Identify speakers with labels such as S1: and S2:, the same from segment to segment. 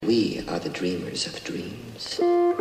S1: We are the dreamers of dreams.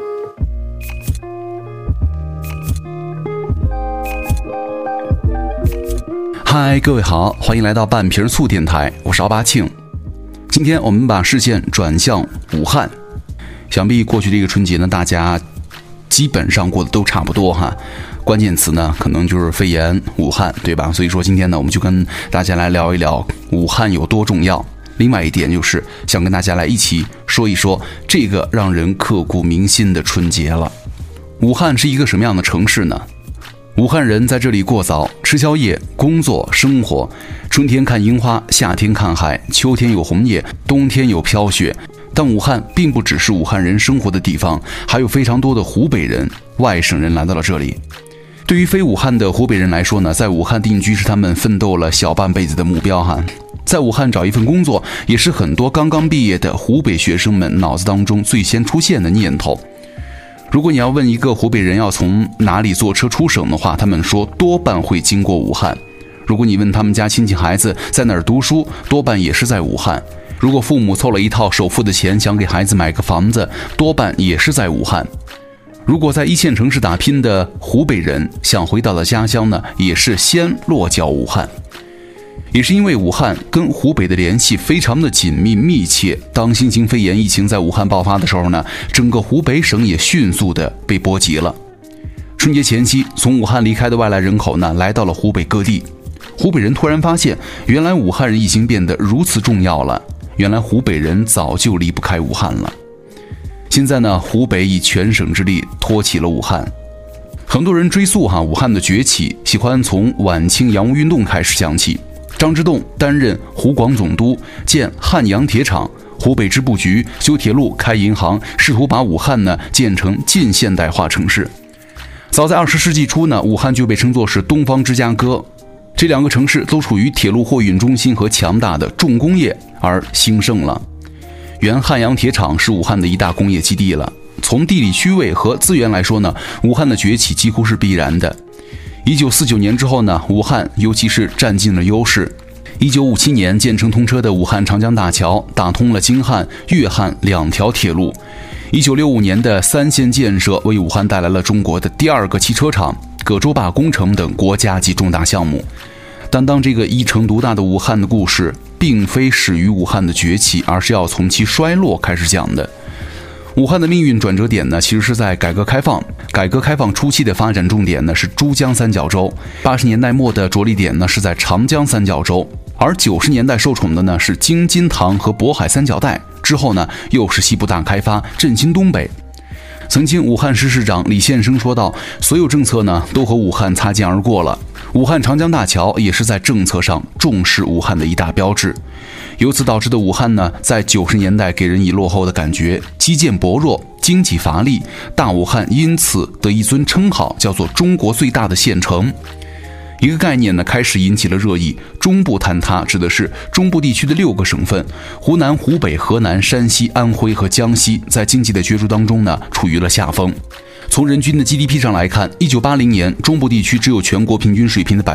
S2: 嗨，各位好，欢迎来到半瓶醋电台，我是奥巴庆。今天我们把视线转向武汉。想必过去这个春节呢，大家基本上过得都差不多哈。关键词呢，可能就是肺炎、武汉，对吧？所以说今天呢，我们就跟大家来聊一聊武汉有多重要。另外一点就是想跟大家来一起说一说这个让人刻骨铭心的春节了。武汉是一个什么样的城市呢？武汉人在这里过早，吃宵夜，工作，生活。春天看樱花，夏天看海，秋天有红叶，冬天有飘雪。但武汉并不只是武汉人生活的地方，还有非常多的湖北人、外省人来到了这里。对于非武汉的湖北人来说呢，在武汉定居是他们奋斗了小半辈子的目标哈。在武汉找一份工作，也是很多刚刚毕业的湖北学生们脑子当中最先出现的念头。如果你要问一个湖北人要从哪里坐车出省的话，他们说多半会经过武汉。如果你问他们家亲戚孩子在哪儿读书，多半也是在武汉。如果父母凑了一套首付的钱想给孩子买个房子，多半也是在武汉。如果在一线城市打拼的湖北人想回到了家乡呢，也是先落脚武汉。也是因为武汉跟湖北的联系非常的紧密密切，当新型肺炎疫情在武汉爆发的时候呢，整个湖北省也迅速的被波及了。春节前夕，从武汉离开的外来人口呢，来到了湖北各地。湖北人突然发现，原来武汉人已经变得如此重要了，原来湖北人早就离不开武汉了。现在呢，湖北以全省之力托起了武汉。很多人追溯武汉的崛起，喜欢从晚清洋务运动开始讲起。张之洞担任湖广总督，建汉阳铁厂，湖北织布局，修铁路，开银行，试图把武汉呢建成近现代化城市。早在20世纪初呢，武汉就被称作是东方芝加哥。这两个城市都处于铁路货运中心和强大的重工业而兴盛了。原汉阳铁厂是武汉的一大工业基地了。从地理区位和资源来说呢，武汉的崛起几乎是必然的。1949年之后呢，武汉尤其是占尽了优势。1957年建成通车的武汉长江大桥，打通了京汉、粤汉两条铁路。1965年的3线建设为武汉带来了中国的第2个汽车厂、葛洲坝工程等国家级重大项目。但当这个一城独大的武汉的故事，并非始于武汉的崛起，而是要从其衰落开始讲的。武汉的命运转折点呢，其实是在改革开放。改革开放初期的发展重点呢是珠江三角洲，80年代末的着力点呢是在长江三角洲，而90年代受宠的呢是京津唐和渤海三角带，之后呢又是西部大开发，振兴东北。曾经武汉市市长李宪生说道，所有政策呢都和武汉擦肩而过了。武汉长江大桥也是在政策上重视武汉的一大标志。由此导致的武汉呢，在90年代给人以落后的感觉，基建薄弱，经济乏力，大武汉因此得一尊称号，叫做中国最大的县城。一个概念呢开始引起了热议，中部坍塌指的是中部地区的6个省份，湖南、湖北、河南、山西、安徽和江西在经济的角逐当中呢处于了下风。从人均的 GDP 上来看，1980年中部地区只有全国平均水平的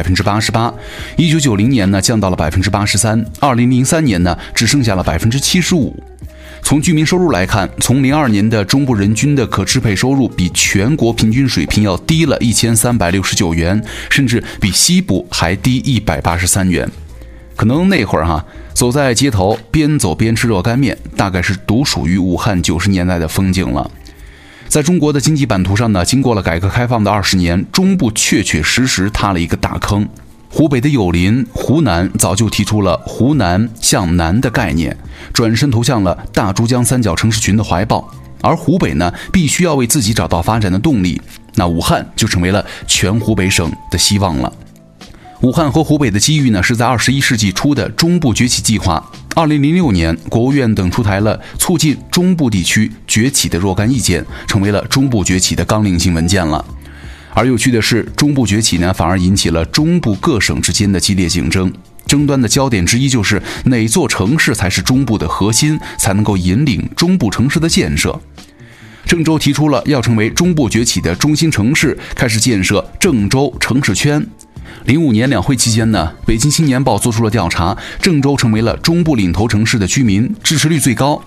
S2: 88%，1990年呢降到了 83%，2003年呢只剩下了 75%。从居民收入来看，从02年的中部人均的可支配收入比全国平均水平要低了1369元，甚至比西部还低183元。可能那会儿走在街头边走边吃热干面，大概是独属于武汉90年代的风景了。在中国的经济版图上呢，经过了改革开放的20年，中部确确实实塌了一个大坑。湖北的友邻湖南早就提出了湖南向南的概念，转身投向了大珠江三角城市群的怀抱。而湖北呢，必须要为自己找到发展的动力，那武汉就成为了全湖北省的希望了。武汉和湖北的机遇呢，是在21世纪初的中部崛起计划。2006年，国务院等出台了促进中部地区崛起的若干意见，成为了中部崛起的纲领性文件了。而有趣的是，中部崛起呢，反而引起了中部各省之间的激烈竞争。争端的焦点之一就是哪座城市才是中部的核心，才能够引领中部城市的建设。郑州提出了要成为中部崛起的中心城市，开始建设郑州城市圈。05年两会期间呢，北京青年报做出了调查，郑州成为了中部领头城市的居民支持率最高。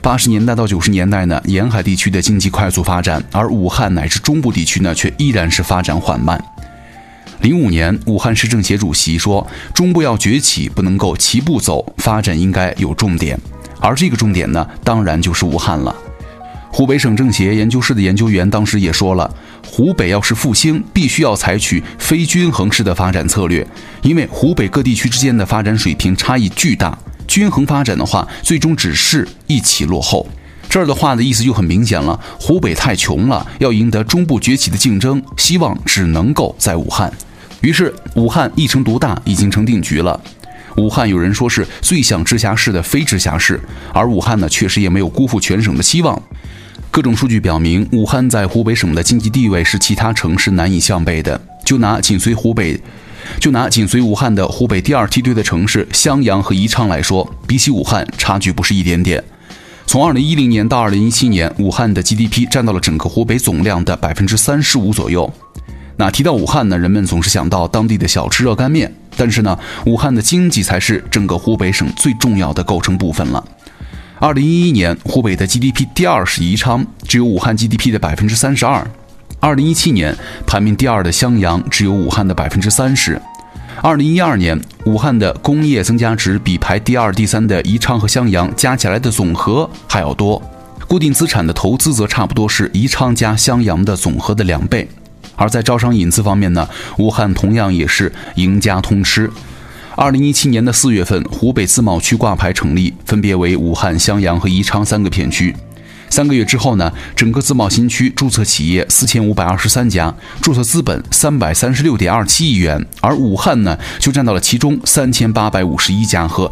S2: 80年代到90年代呢，沿海地区的经济快速发展，而武汉乃至中部地区呢，却依然是发展缓慢。05年，武汉市政协主席说，中部要崛起，不能够齐步走，发展应该有重点，而这个重点呢，当然就是武汉了。湖北省政协研究室的研究员当时也说了，湖北要是复兴，必须要采取非均衡式的发展策略，因为湖北各地区之间的发展水平差异巨大，均衡发展的话，最终只是一起落后。这儿的话的意思就很明显了，湖北太穷了，要赢得中部崛起的竞争，希望只能够在武汉。于是武汉一城独大已经成定局了。武汉有人说是最像直辖市的非直辖市，而武汉呢，确实也没有辜负全省的希望。各种数据表明，武汉在湖北省的经济地位是其他城市难以相悖的。就拿紧随武汉的湖北第2梯队的城市襄阳和宜昌来说，比起武汉差距不是一点点。从2010年到2017年，武汉的 GDP 占到了整个湖北总量的35%左右。那提到武汉呢，人们总是想到当地的小吃热干面，但是呢，武汉的经济才是整个湖北省最重要的构成部分了。2011年，湖北的 GDP 第2是宜昌，只有武汉 GDP 的32%。2017年，排名第2的襄阳只有武汉的30%。2012年，武汉的工业增加值比排第2、第3的宜昌和襄阳加起来的总和还要多。固定资产的投资则差不多是宜昌加襄阳的总和的2倍。而在招商引资方面呢，武汉同样也是赢家通吃。2017年的4月份，湖北自贸区挂牌成立，分别为武汉、襄阳和宜昌3个片区。3个月之后呢，整个自贸新区注册企业4523家，注册资本336.27亿元，而武汉呢就占到了其中3851家和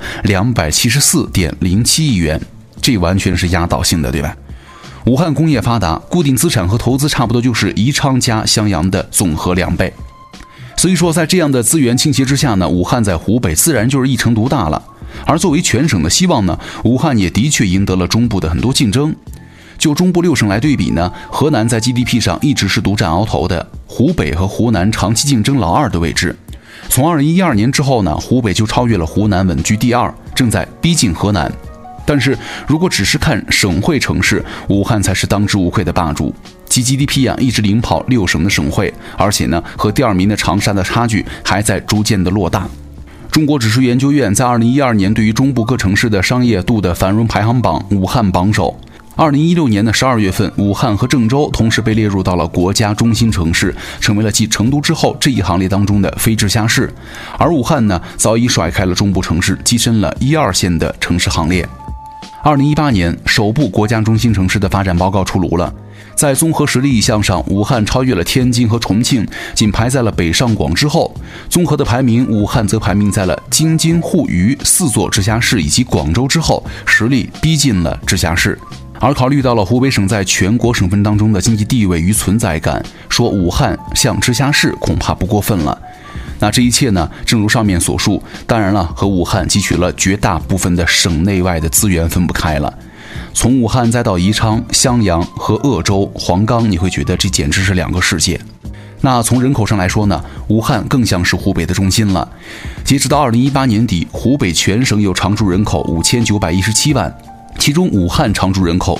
S2: 274.07亿元，这完全是压倒性的，对吧？武汉工业发达，固定资产和投资差不多就是宜昌加襄阳的总和2倍。所以说，在这样的资源倾斜之下呢，武汉在湖北自然就是一城独大了。而作为全省的希望呢，武汉也的确赢得了中部的很多竞争。就中部6省来对比呢，河南在 GDP 上一直是独占鳌头的，湖北和湖南长期竞争老2的位置。从2012年之后呢，湖北就超越了湖南，稳居第2，正在逼近河南。但是如果只是看省会城市，武汉才是当之无愧的霸主，其 GDP 一直领跑6省的省会，而且呢和第2名的长沙的差距还在逐渐的落大。中国指数研究院在2012年对于中部各城市的商业度的繁荣排行榜，武汉榜首。2016年的12月份，武汉和郑州同时被列入到了国家中心城市，成为了继成都之后这一行列当中的非直辖市。而武汉呢，早已甩开了中部城市，跻身了1、2线的城市行列。2018年，首部国家中心城市的发展报告出炉了。在综合实力一项上，武汉超越了天津和重庆，仅排在了北上广之后。综合的排名，武汉则排名在了京津沪渝4座直辖市以及广州之后，实力逼近了直辖市。而考虑到了湖北省在全国省份当中的经济地位与存在感，说武汉像直辖市恐怕不过分了。那这一切呢，正如上面所述，当然了，和武汉汲取了绝大部分的省内外的资源分不开了。从武汉再到宜昌、襄阳和鄂州、黄冈，你会觉得这简直是2个世界。那从人口上来说呢，武汉更像是湖北的中心了。截止到2018年底，湖北全省有常住人口5917万，其中武汉常住人口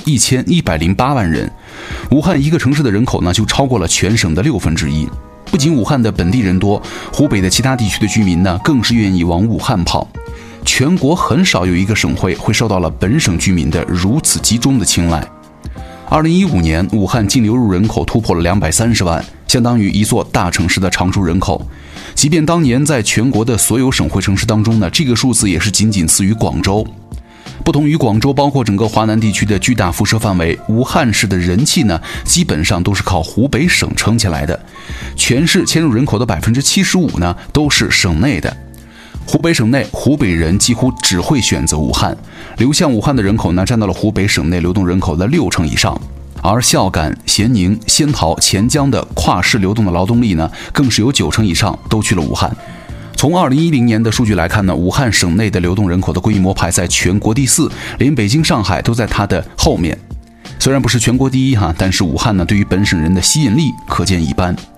S2: 1108万人。武汉一个城市的人口呢，就超过了全省的1/6。不仅武汉的本地人多，湖北的其他地区的居民呢，更是愿意往武汉跑。全国很少有一个省会会受到了本省居民的如此集中的青睐。2015年，武汉净流入人口突破了230万，相当于一座大城市的常住人口。即便当年在全国的所有省会城市当中呢，这个数字也是仅次于广州。不同于广州包括整个华南地区的巨大辐射范围，武汉市的人气呢，基本上都是靠湖北省撑起来的。全市迁入人口的75%呢，都是省内的。湖北省内，湖北人几乎只会选择武汉，流向武汉的人口呢，占到了湖北省内流动人口的60%以上。而孝感、咸宁、仙桃、钱江的跨市流动的劳动力呢，更是有90%以上都去了武汉。从2010年的数据来看呢，武汉省内的流动人口的规模排在全国第4，连北京、上海都在它的后面。虽然不是全国第1但是武汉呢，对于本省人的吸引力可见一斑。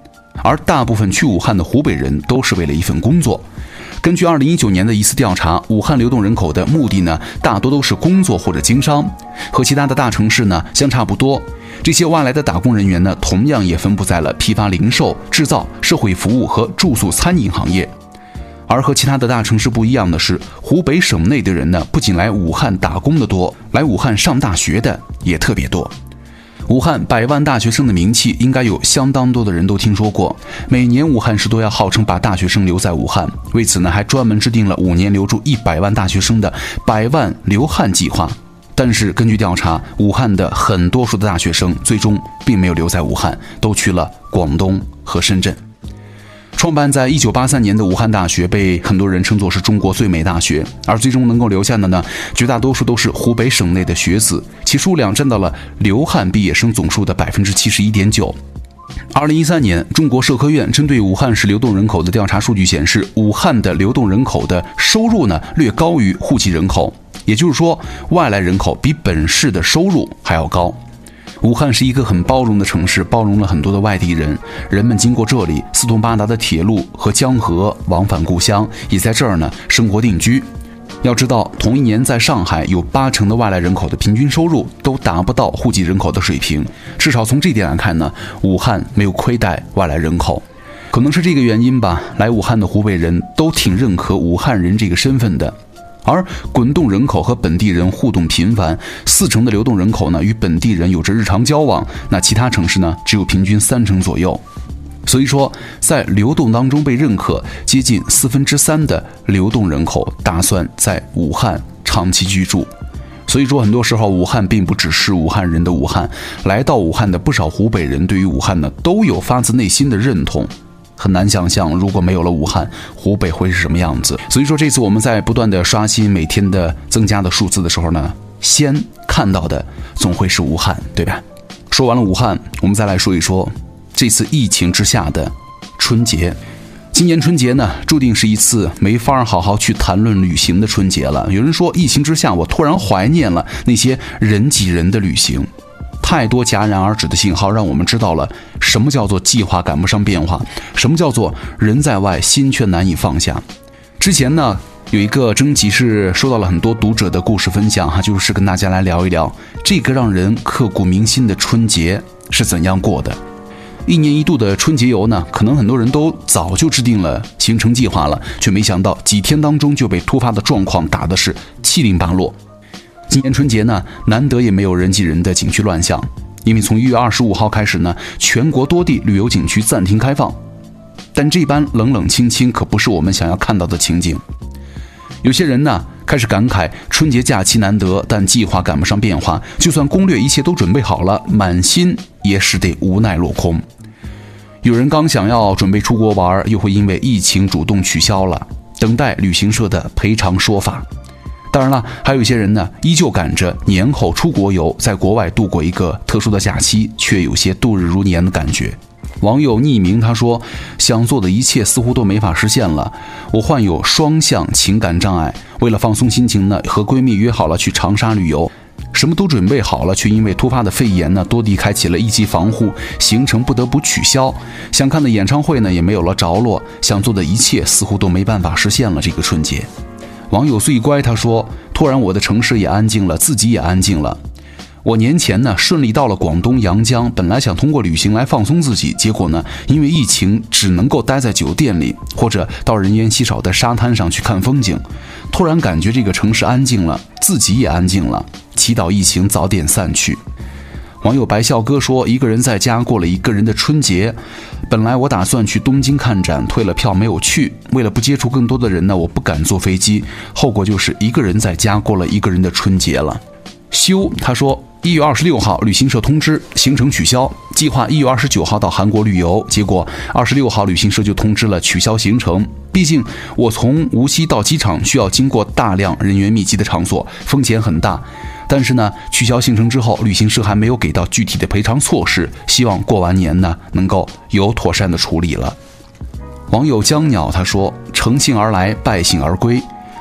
S2: 而大部分去武汉的湖北人都是为了一份工作。根据2019年的一次调查，武汉流动人口的目的呢，大多都是工作或者经商，和其他的大城市呢相差不多。这些外来的打工人员呢，同样也分布在了批发零售、制造、社会服务和住宿餐饮行业。而和其他的大城市不一样的是，湖北省内的人呢，不仅来武汉打工的多，来武汉上大学的也特别多。武汉100万大学生的名气，应该有相当多的人都听说过。每年武汉市都要号称把大学生留在武汉，为此呢，还专门制定了5年留住100万大学生的100万留汉计划。但是根据调查，武汉的很多数的大学生最终并没有留在武汉，都去了广东和深圳。创办在1983年的武汉大学被很多人称作是中国最美大学，而最终能够留下的呢，绝大多数都是湖北省内的学子，其数量占到了留汉毕业生总数的71.9%。2013年，中国社科院针对武汉市流动人口的调查数据显示，武汉的流动人口的收入呢略高于户籍人口，也就是说，外来人口比本市的收入还要高。武汉是一个很包容的城市，包容了很多的外地人，人们经过这里，四通八达的铁路和江河往返故乡，也在这儿呢生活定居。要知道，同一年在上海有80%的外来人口的平均收入都达不到户籍人口的水平，至少从这点来看呢，武汉没有亏待外来人口。可能是这个原因吧，来武汉的湖北人都挺认可武汉人这个身份的。而滚动人口和本地人互动频繁，40%的流动人口呢与本地人有着日常交往，那其他城市呢只有平均30%左右。所以说，在流动当中被认可，接近3/4的流动人口打算在武汉长期居住。所以说，很多时候武汉并不只是武汉人的武汉，来到武汉的不少湖北人对于武汉呢都有发自内心的认同。很难想象，如果没有了武汉，湖北会是什么样子。所以说，这次我们在不断的刷新每天的增加的数字的时候呢，先看到的总会是武汉，对吧？说完了武汉，我们再来说一说这次疫情之下的春节。今年春节呢，注定是一次没法好好去谈论旅行的春节了。有人说，疫情之下，我突然怀念了那些人挤人的旅行。太多戛然而止的信号，让我们知道了什么叫做计划赶不上变化，什么叫做人在外心却难以放下。之前呢，有一个征集是收到了很多读者的故事分享就是跟大家来聊一聊这个让人刻骨铭心的春节是怎样过的。1年1度的春节游呢，可能很多人都早就制定了行程计划了，却没想到几天当中就被突发的状况打得是七零八落。今年春节呢，难得也没有人挤人的景区乱象，因为从1月25号开始呢，全国多地旅游景区暂停开放。但这般冷冷清清可不是我们想要看到的情景。有些人呢开始感慨春节假期难得，但计划赶不上变化，就算攻略一切都准备好了，满心也是得无奈落空。有人刚想要准备出国玩，又会因为疫情主动取消了，等待旅行社的赔偿说法。当然了，还有一些人呢，依旧赶着年后出国游，在国外度过一个特殊的假期，却有些度日如年的感觉。网友匿名他说，想做的一切似乎都没法实现了。我患有双向情感障碍，为了放松心情呢，和闺蜜约好了去长沙旅游，什么都准备好了，却因为突发的肺炎呢，多地开启了1级防护，行程不得不取消。想看的演唱会呢，也没有了着落，想做的一切似乎都没办法实现了这个春节。网友最乖他说，突然我的城市也安静了，自己也安静了。我年前呢顺利到了广东阳江，本来想通过旅行来放松自己，结果呢因为疫情只能够待在酒店里，或者到人烟稀少的沙滩上去看风景。突然感觉这个城市安静了，自己也安静了，祈祷疫情早点散去。网友白笑哥说，一个人在家过了一个人的春节。本来我打算去东京看展，退了票没有去，为了不接触更多的人呢，我不敢坐飞机，后果就是一个人在家过了一个人的春节了。修他说，1月26号旅行社通知行程取消，计划1月29号到韩国旅游，结果26号旅行社就通知了取消行程。毕竟我从无锡到机场需要经过大量人员密集的场所，风险很大。但是呢，取消行程之后，旅行社还没有给到具体的赔偿措施，希望过完年呢能够有妥善的处理了。网友江鸟他说，乘兴而来，败兴而归。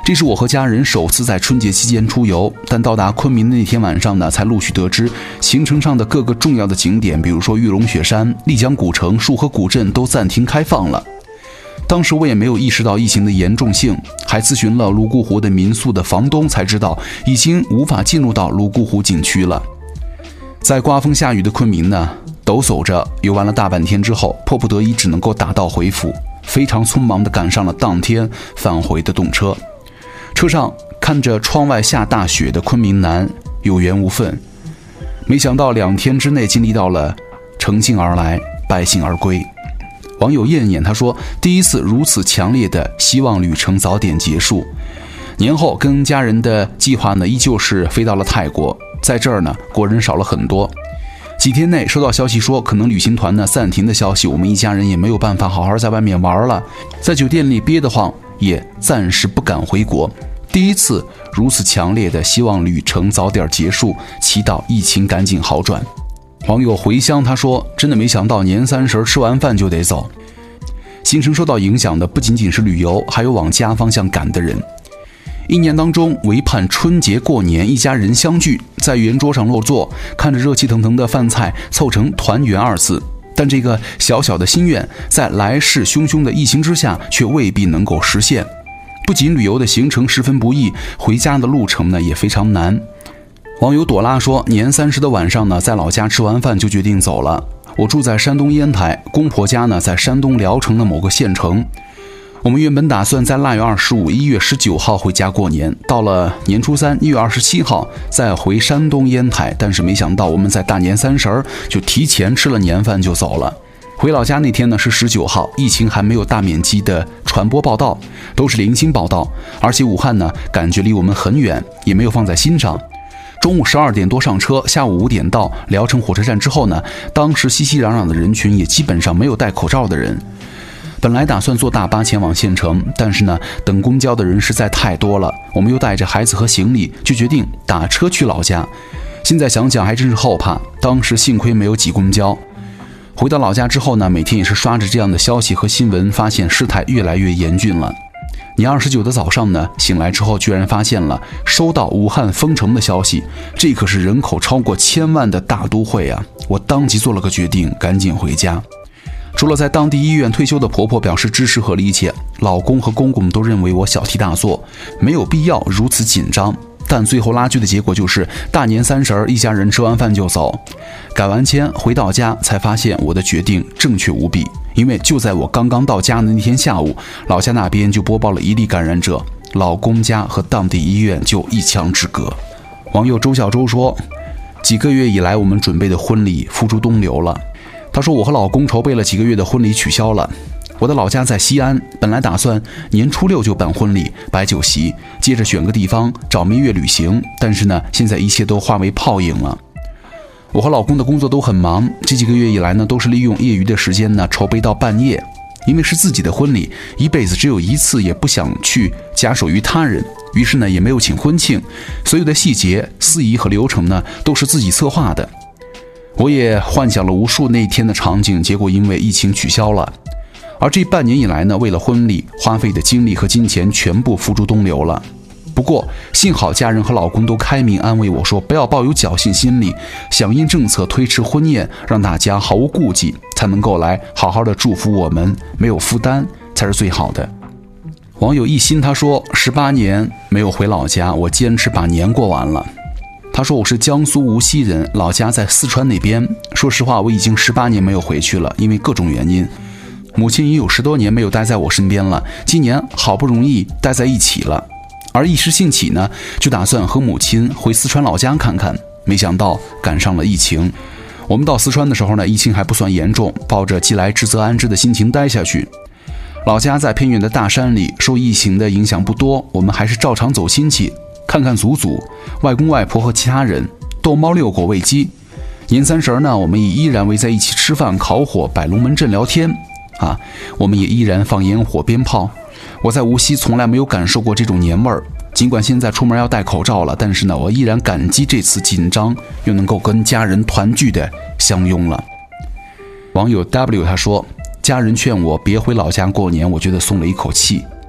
S2: 这是我和家人首次在春节期间出游，但到达昆明的那天晚上呢，才陆续得知行程上的各个重要的景点，比如说玉龙雪山、丽江古城、束河古镇都暂停开放了。当时我也没有意识到疫情的严重性，还咨询了泸沽湖的民宿的房东，才知道已经无法进入到泸沽湖景区了。在刮风下雨的昆明呢，抖擞着游玩了大半天之后，迫不得已只能够打道回府，非常匆忙地赶上了当天返回的动车。车上看着窗外下大雪的昆明南，有缘无分。没想到2天之内经历到了乘兴而来，败兴而归。网友燕燕他说，第一次如此强烈的希望旅程早点结束。年后跟家人的计划呢，依旧是飞到了泰国，在这儿呢国人少了很多。几天内收到消息说可能旅行团呢暂停的消息，我们一家人也没有办法好好在外面玩了，在酒店里憋得慌，也暂时不敢回国。第一次如此强烈的希望旅程早点结束，祈祷疫情赶紧好转。网友回乡他说，真的没想到年30吃完饭就得走。行程受到影响的不仅仅是旅游，还有往家方向赶的人。一年当中唯盼春节过年一家人相聚，在圆桌上落座，看着热气腾腾的饭菜，凑成团圆2字。但这个小小的心愿，在来势汹汹的疫情之下，却未必能够实现。不仅旅游的行程十分不易，回家的路程呢也非常难。网友朵拉说，年30的晚上呢，在老家吃完饭就决定走了。我住在山东烟台，公婆家呢在山东聊城的某个县城。我们原本打算在腊月25、1月19号回家过年，到了年初3、1月27号再回山东烟台，但是没想到我们在大年30就提前吃了年饭就走了。回老家那天呢是19号，疫情还没有大面积的传播报道，都是零星报道，而且武汉呢感觉离我们很远，也没有放在心上。中午12点多上车，下午5点到聊城火车站之后呢，当时熙熙攘攘的人群也基本上没有戴口罩的人。本来打算坐大巴前往县城，但是呢，等公交的人实在太多了，我们又带着孩子和行李，就决定打车去老家。现在想想还真是后怕，当时幸亏没有挤公交。回到老家之后呢，每天也是刷着这样的消息和新闻，发现事态越来越严峻了。年29的早上呢，醒来之后居然发现了收到武汉封城的消息，这可是人口超过1000万的大都会啊！我当即做了个决定，赶紧回家。除了在当地医院退休的婆婆表示支持和理解，老公和公公都认为我小题大做，没有必要如此紧张。但最后拉锯的结果就是大年30一家人吃完饭就走。改完签回到家才发现我的决定正确无比，因为就在我刚刚到家的那天下午，老家那边就播报了1例感染者，老公家和当地医院就一墙之隔。网友周小周说，几个月以来我们准备的婚礼付诸东流了。他说，我和老公筹备了几个月的婚礼取消了。我的老家在西安，本来打算年初6就办婚礼摆酒席，接着选个地方找蜜月旅行，但是呢，现在一切都化为泡影了。我和老公的工作都很忙，这几个月以来呢，都是利用业余的时间呢筹备到半夜。因为是自己的婚礼，一辈子只有一次，也不想去假手于他人，于是呢也没有请婚庆，所有的细节、司仪和流程呢都是自己策划的。我也幻想了无数那天的场景，结果因为疫情取消了。而这半年以来呢，为了婚礼花费的精力和金钱全部付诸东流了。不过幸好家人和老公都开明安慰我说，不要抱有侥幸心理，响应政策推迟婚宴，让大家毫无顾忌，才能够来好好的祝福我们，没有负担才是最好的。网友一心他说，18年没有回老家，我坚持把年过完了。他说，我是江苏无锡人，老家在四川那边。说实话，我已经18年没有回去了，因为各种原因。母亲也有10多年没有待在我身边了，今年好不容易待在一起了，而一时兴起呢，就打算和母亲回四川老家看看，没想到赶上了疫情。我们到四川的时候呢，疫情还不算严重，抱着既来之则安之的心情待下去。老家在偏远的大山里，受疫情的影响不多，我们还是照常走亲戚，看看祖祖、外公外婆和其他人，逗猫遛狗喂鸡。年30呢，我们也依然围在一起吃饭、烤火、摆龙门阵聊天我们也依然放烟火、鞭炮。我在无锡从来没有感受过这种年味儿，尽管现在出门要戴口罩了，但是呢，我依然感激这次紧张又能够跟家人团聚的相拥了。网友 W 他说，家人劝我别回老家过年，我觉得松了一口气。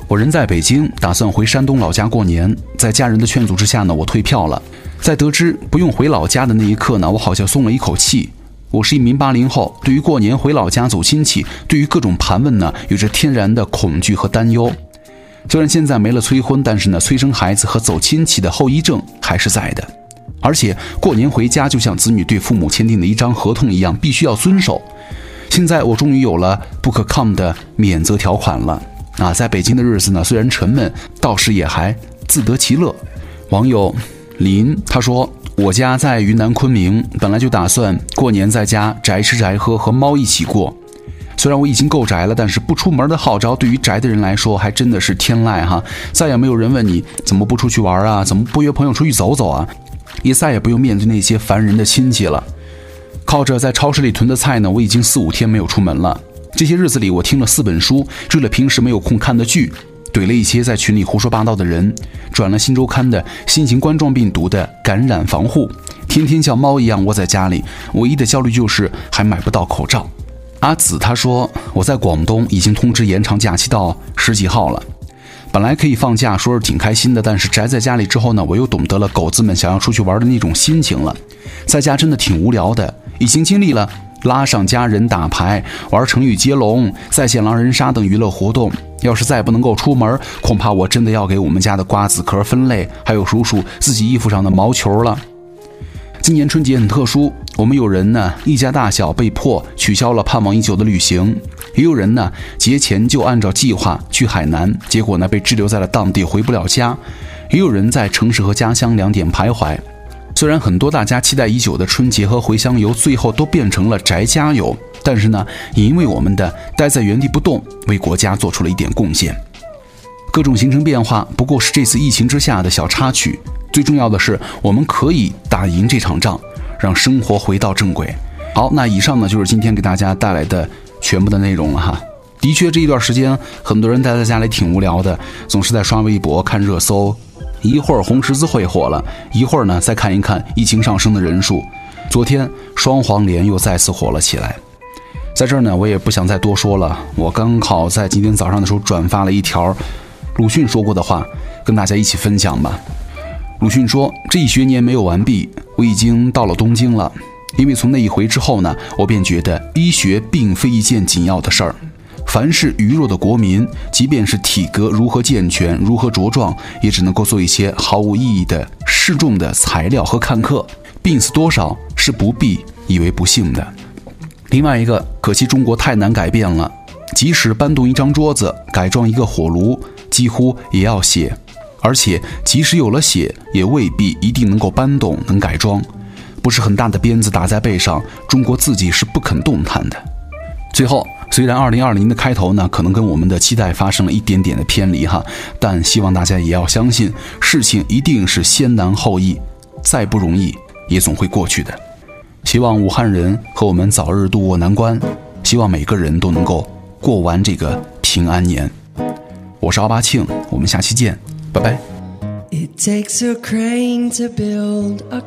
S2: 我人在北京，打算回山东老家过年。在家人的劝阻之下呢，我退票了。在得知不用回老家的那一刻呢，我好像松了一口气。我是一名80后，对于过年回老家走亲戚，对于各种盘问呢，有着天然的恐惧和担忧。虽然现在没了催婚，但是呢，催生孩子和走亲戚的后遗症还是在的。而且过年回家就像子女对父母签订的一张合同一样，必须要遵守。现在我终于有了不可抗的免责条款了。在北京的日子呢，虽然沉闷，倒是也还自得其乐。网友林他说，我家在云南昆明，本来就打算过年在家宅吃宅喝，和猫一起过。虽然我已经够宅了，但是不出门的号召对于宅的人来说还真的是天籁哈。再也没有人问你怎么不出去玩啊，怎么不约朋友出去走走啊，也再也不用面对那些烦人的亲戚了。靠着在超市里囤的菜呢，我已经4、5天没有出门了。这些日子里，我听了4本书，追了平时没有空看的剧，怼了一些在群里胡说八道的人，转了新周刊的新型冠状病毒的感染防护，天天像猫一样窝在家里，唯一的焦虑就是还买不到口罩。阿紫他说，我在广东已经通知延长假期到10几号了。本来可以放假，说是挺开心的，但是宅在家里之后呢，我又懂得了狗子们想要出去玩的那种心情了。在家真的挺无聊的，已经经历了拉上家人打牌、玩成语接龙、在线狼人杀等娱乐活动。要是再不能够出门，恐怕我真的要给我们家的瓜子壳分类，还有数数自己衣服上的毛球了。今年春节很特殊，我们有人呢一家大小被迫取消了盼望已久的旅行，也有人呢节前就按照计划去海南，结果呢被滞留在了当地回不了家，也有人在城市和家乡两点徘徊。虽然很多大家期待已久的春节和回乡游最后都变成了宅家游，但是呢也因为我们的待在原地不动，为国家做出了一点贡献。各种行程变化不过是这次疫情之下的小插曲，最重要的是我们可以打赢这场仗，让生活回到正轨。好，那以上呢就是今天给大家带来的全部的内容了哈。的确这一段时间很多人待在家里挺无聊的，总是在刷微博看热搜，一会儿红十字会火了，一会儿呢再看一看疫情上升的人数。昨天双黄连又再次火了起来。在这儿呢我也不想再多说了，我刚好在今天早上的时候转发了一条鲁迅说过的话，跟大家一起分享吧。鲁迅说，这一学年没有完毕，我已经到了东京了。因为从那一回之后呢，我便觉得医学并非一件紧要的事儿。凡是愚弱的国民，即便是体格如何健全，如何茁壮，也只能够做一些毫无意义的示众的材料和看客，病死多少是不必以为不幸的。另外一个，可惜中国太难改变了，即使搬动一张桌子，改装一个火炉，几乎也要血，而且即使有了血，也未必一定能够搬动能改装。不是很大的鞭子打在背上，中国自己是不肯动弹的。最后，虽然2020的开头呢可能跟我们的期待发生了一点点的偏离哈，但希望大家也要相信，事情一定是先难后易，再不容易也总会过去的。希望武汉人和我们早日度过难关，希望每个人都能够过完这个平安年。我是奥巴庆，我们下期见，拜拜。
S3: It takes a crane to build a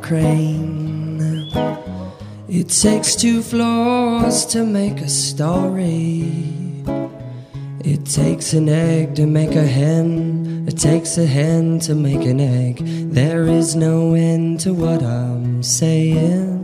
S3: crane. It takes 2 floors to make a story. It takes an egg to make a hen. It takes a hen to make an egg. There is no end to what I'm saying.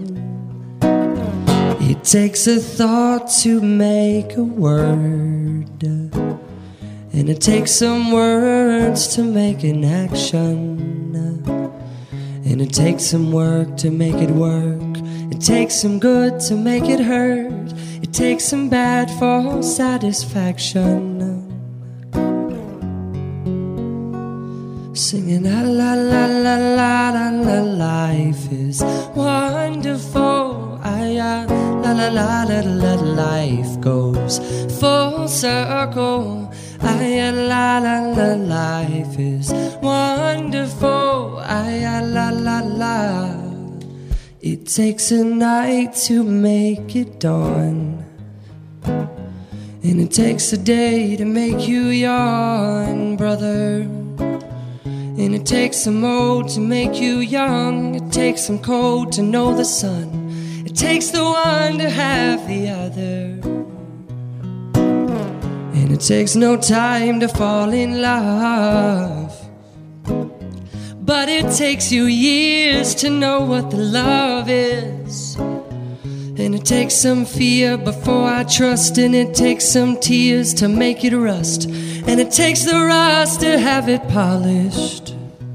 S3: It takes a thought to make a word, and it takes some words to make an action, and it takes some work to make it work. It takes some good to make it hurt. It takes some bad for satisfaction. Singing la la la la la la la, life is wonderful. La la la la la, life goes full circle. La la la, life is wonderful. La la la. It takes a night to make it dawn, and it takes a day to make you yawn, brother. And it takes some old to make you young. It takes some cold to know the sun. It takes the one to have the other. And And it takes no time to fall in love, but it takes you years to know what the love is. And it takes some fear before I trust, and it takes some tears to make it rust, and it takes the rust to have it polished.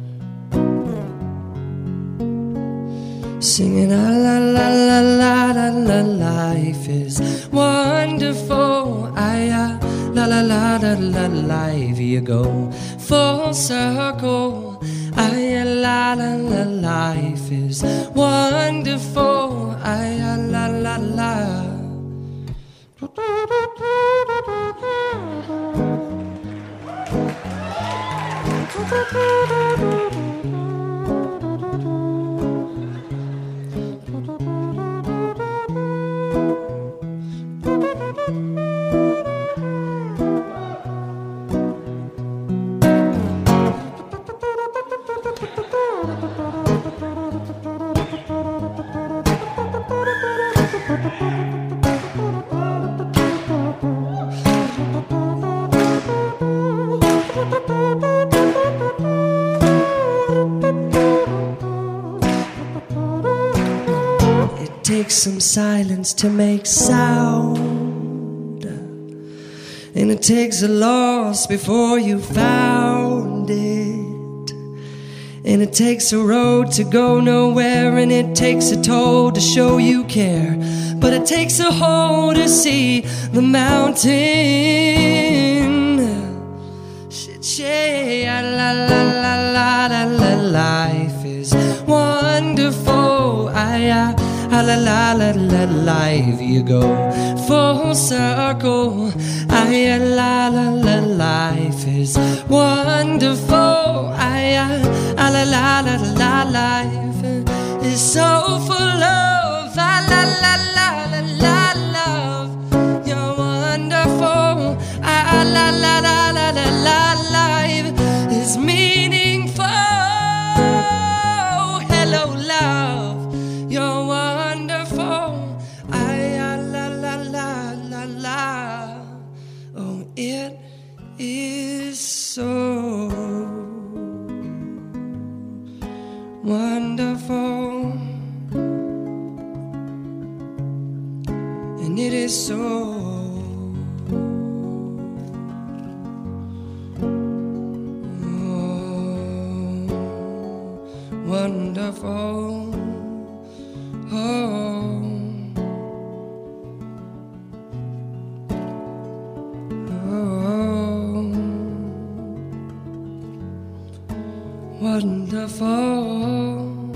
S3: Singing la la la la la la la, life is wonderful. La la la la la, life you go full circle. La la la, life is wonderful. La la la. It takes some silence to make sound, and it takes a loss before you found it, and it takes a road to go nowhere, and it takes a toll to show you care, but it takes a hole to see the mountain. La la la la la la, life is wonderful. La la la la, life you go full circle. La la la, life is wonderful. La la la la, life is so full of la la la la la, love. You're wonderful. La la la la la, life is meaningful. Hello, love. You're wonderful. La la la la la. Oh, it is so wonderful, and it is so wonderful. Oh, oh, wonderful.